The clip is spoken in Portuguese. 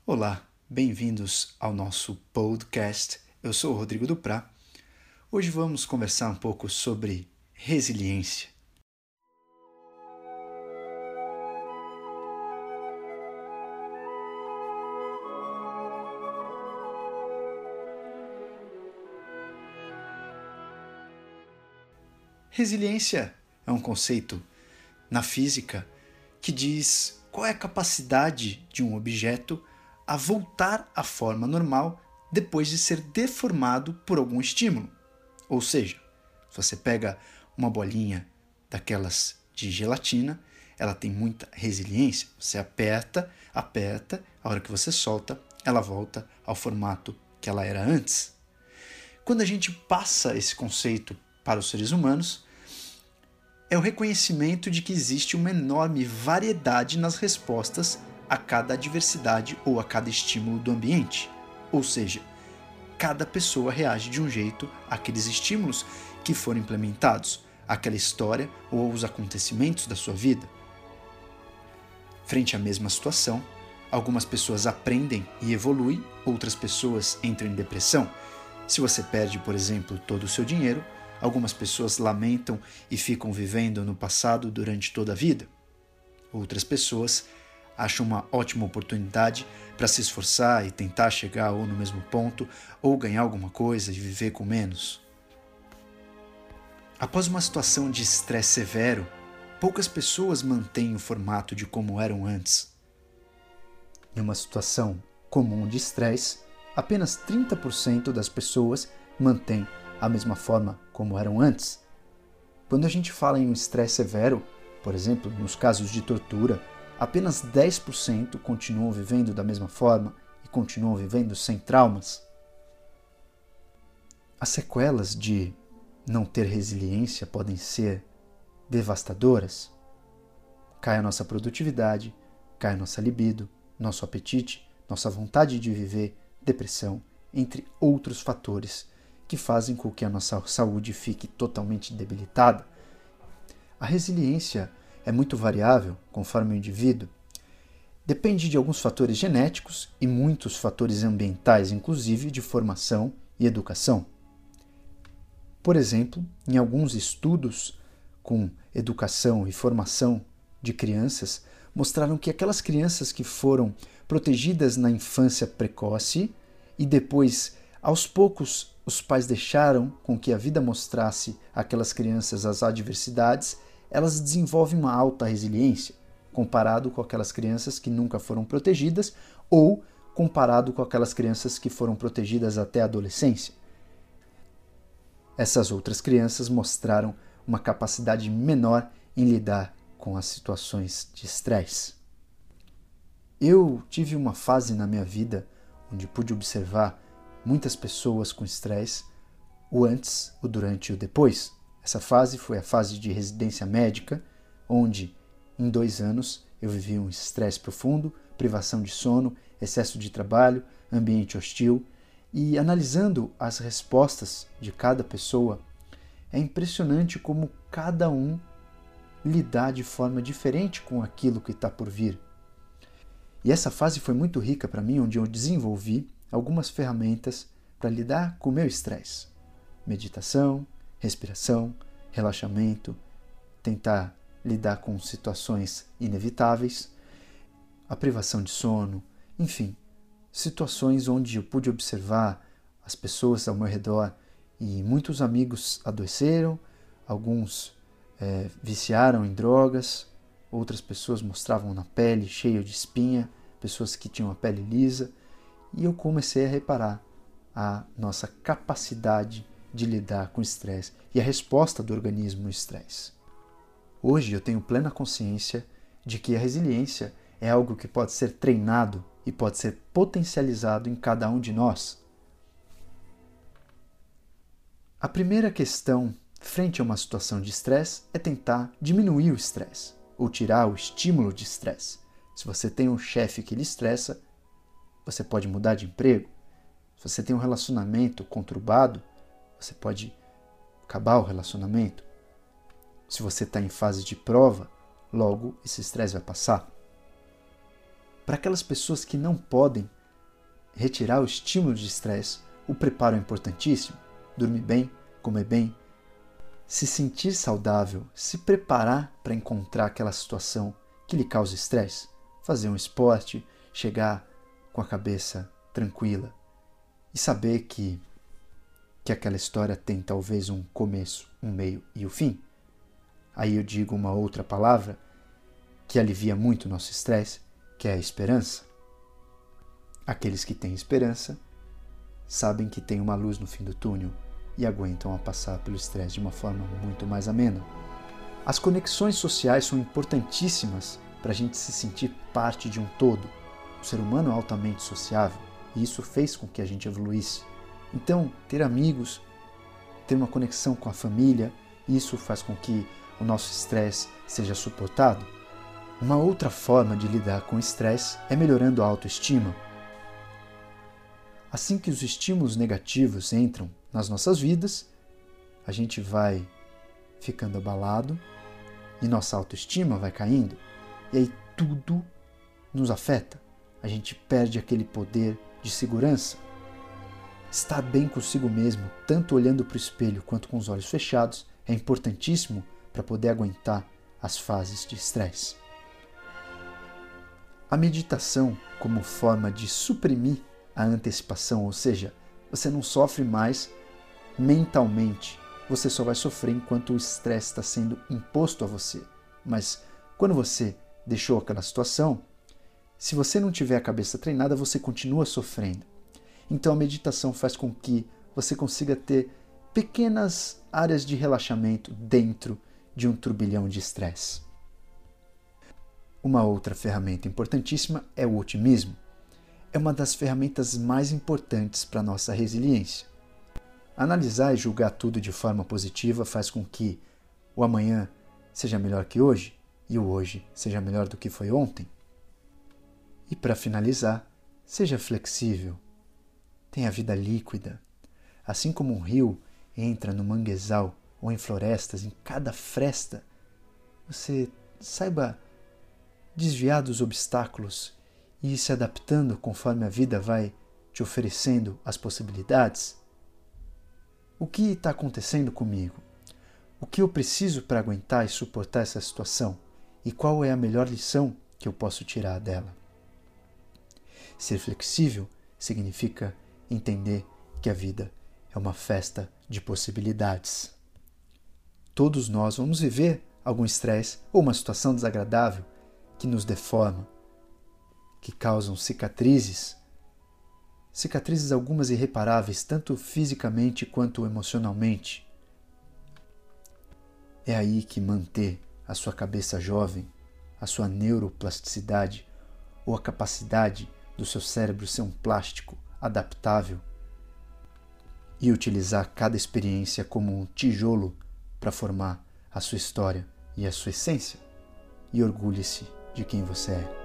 Olá, bem-vindos ao nosso podcast. Eu sou o Rodrigo Duprá. Hoje vamos conversar um pouco sobre resiliência. Resiliência é um conceito na física que diz qual é a capacidade de um objeto a voltar à forma normal depois de ser deformado por algum estímulo. Ou seja, se você pega uma bolinha daquelas de gelatina, ela tem muita resiliência. Você aperta, a hora que você solta, ela volta ao formato que ela era antes. Quando a gente passa esse conceito para os seres humanos, é o reconhecimento de que existe uma enorme variedade nas respostas a cada adversidade ou a cada estímulo do ambiente. Ou seja, cada pessoa reage de um jeito àqueles estímulos que foram implementados, àquela história ou aos acontecimentos da sua vida. Frente à mesma situação, algumas pessoas aprendem e evoluem, outras pessoas entram em depressão. Se você perde, por exemplo, todo o seu dinheiro, algumas pessoas lamentam e ficam vivendo no passado durante toda a vida. Outras pessoas acham uma ótima oportunidade para se esforçar e tentar chegar ou no mesmo ponto, ou ganhar alguma coisa e viver com menos. Após uma situação de estresse severo, poucas pessoas mantêm o formato de como eram antes. Em uma situação comum de estresse, apenas 30% das pessoas mantêm a mesma forma como eram antes. Quando a gente fala em um estresse severo, por exemplo, nos casos de tortura, apenas 10% continuam vivendo da mesma forma e continuam vivendo sem traumas. As sequelas de não ter resiliência podem ser devastadoras. Cai a nossa produtividade, cai a nossa libido, nosso apetite, nossa vontade de viver, depressão, entre outros fatores que fazem com que a nossa saúde fique totalmente debilitada. A resiliência é muito variável conforme o indivíduo. Depende de alguns fatores genéticos e muitos fatores ambientais, inclusive de formação e educação. Por exemplo, em alguns estudos com educação e formação de crianças, mostraram que aquelas crianças que foram protegidas na infância precoce e depois, aos poucos, os pais deixaram com que a vida mostrasse àquelas crianças as adversidades, elas desenvolvem uma alta resiliência, comparado com aquelas crianças que nunca foram protegidas ou comparado com aquelas crianças que foram protegidas até a adolescência. Essas outras crianças mostraram uma capacidade menor em lidar com as situações de estresse. Eu tive uma fase na minha vida onde pude observar muitas pessoas com estresse, o antes, o durante e o depois. Essa fase foi a fase de residência médica, onde em 2 anos eu vivi um estresse profundo, privação de sono, excesso de trabalho, ambiente hostil, e analisando as respostas de cada pessoa, é impressionante como cada um lidar de forma diferente com aquilo que está por vir. E essa fase foi muito rica para mim, onde eu desenvolvi algumas ferramentas para lidar com o meu estresse. Meditação, respiração, relaxamento, tentar lidar com situações inevitáveis, a privação de sono, enfim, situações onde eu pude observar as pessoas ao meu redor e muitos amigos adoeceram, alguns viciaram em drogas, outras pessoas mostravam na pele cheia de espinha, pessoas que tinham a pele lisa, e eu comecei a reparar a nossa capacidade de lidar com o estresse e a resposta do organismo ao estresse. Hoje eu tenho plena consciência de que a resiliência é algo que pode ser treinado e pode ser potencializado em cada um de nós. A primeira questão frente a uma situação de estresse é tentar diminuir o estresse ou tirar o estímulo de estresse. Se você tem um chefe que lhe estressa, você pode mudar de emprego. Se você tem um relacionamento conturbado, você pode acabar o relacionamento. Se você está em fase de prova, logo esse estresse vai passar. Para aquelas pessoas que não podem retirar o estímulo de estresse, o preparo é importantíssimo. Dormir bem, comer bem, se sentir saudável, se preparar para encontrar aquela situação que lhe causa estresse, fazer um esporte, chegar com a cabeça tranquila e saber que aquela história tem talvez um começo, um meio e o fim. Aí eu digo uma outra palavra que alivia muito o nosso estresse, que é a esperança. Aqueles que têm esperança sabem que tem uma luz no fim do túnel e aguentam a passar pelo estresse de uma forma muito mais amena. As conexões sociais são importantíssimas para a gente se sentir parte de um todo. O ser humano é altamente sociável e isso fez com que a gente evoluísse. Então, ter amigos, ter uma conexão com a família, isso faz com que o nosso estresse seja suportado. Uma outra forma de lidar com o estresse é melhorando a autoestima. Assim que os estímulos negativos entram nas nossas vidas, a gente vai ficando abalado e nossa autoestima vai caindo. E aí tudo nos afeta. A gente perde aquele poder de segurança. Estar bem consigo mesmo, tanto olhando para o espelho quanto com os olhos fechados, é importantíssimo para poder aguentar as fases de estresse. A meditação, como forma de suprimir a antecipação, ou seja, você não sofre mais mentalmente, você só vai sofrer enquanto o estresse está sendo imposto a você. Mas quando você deixou aquela situação, se você não tiver a cabeça treinada, você continua sofrendo. Então a meditação faz com que você consiga ter pequenas áreas de relaxamento dentro de um turbilhão de estresse. Uma outra ferramenta importantíssima é o otimismo. É uma das ferramentas mais importantes para a nossa resiliência. Analisar e julgar tudo de forma positiva faz com que o amanhã seja melhor que hoje e o hoje seja melhor do que foi ontem. E para finalizar, seja flexível. Tenha vida líquida. Assim como um rio entra no manguezal ou em florestas, em cada fresta, você saiba desviar dos obstáculos e ir se adaptando conforme a vida vai te oferecendo as possibilidades. O que está acontecendo comigo? O que eu preciso para aguentar e suportar essa situação? E qual é a melhor lição que eu posso tirar dela? Ser flexível significa entender que a vida é uma festa de possibilidades. Todos nós vamos viver algum estresse ou uma situação desagradável que nos deforma, que causam cicatrizes algumas irreparáveis, tanto fisicamente quanto emocionalmente. É aí que manter a sua cabeça jovem, a sua neuroplasticidade ou a capacidade do seu cérebro ser um plástico adaptável e utilizar cada experiência como um tijolo para formar a sua história e a sua essência. E orgulhe-se de quem você é.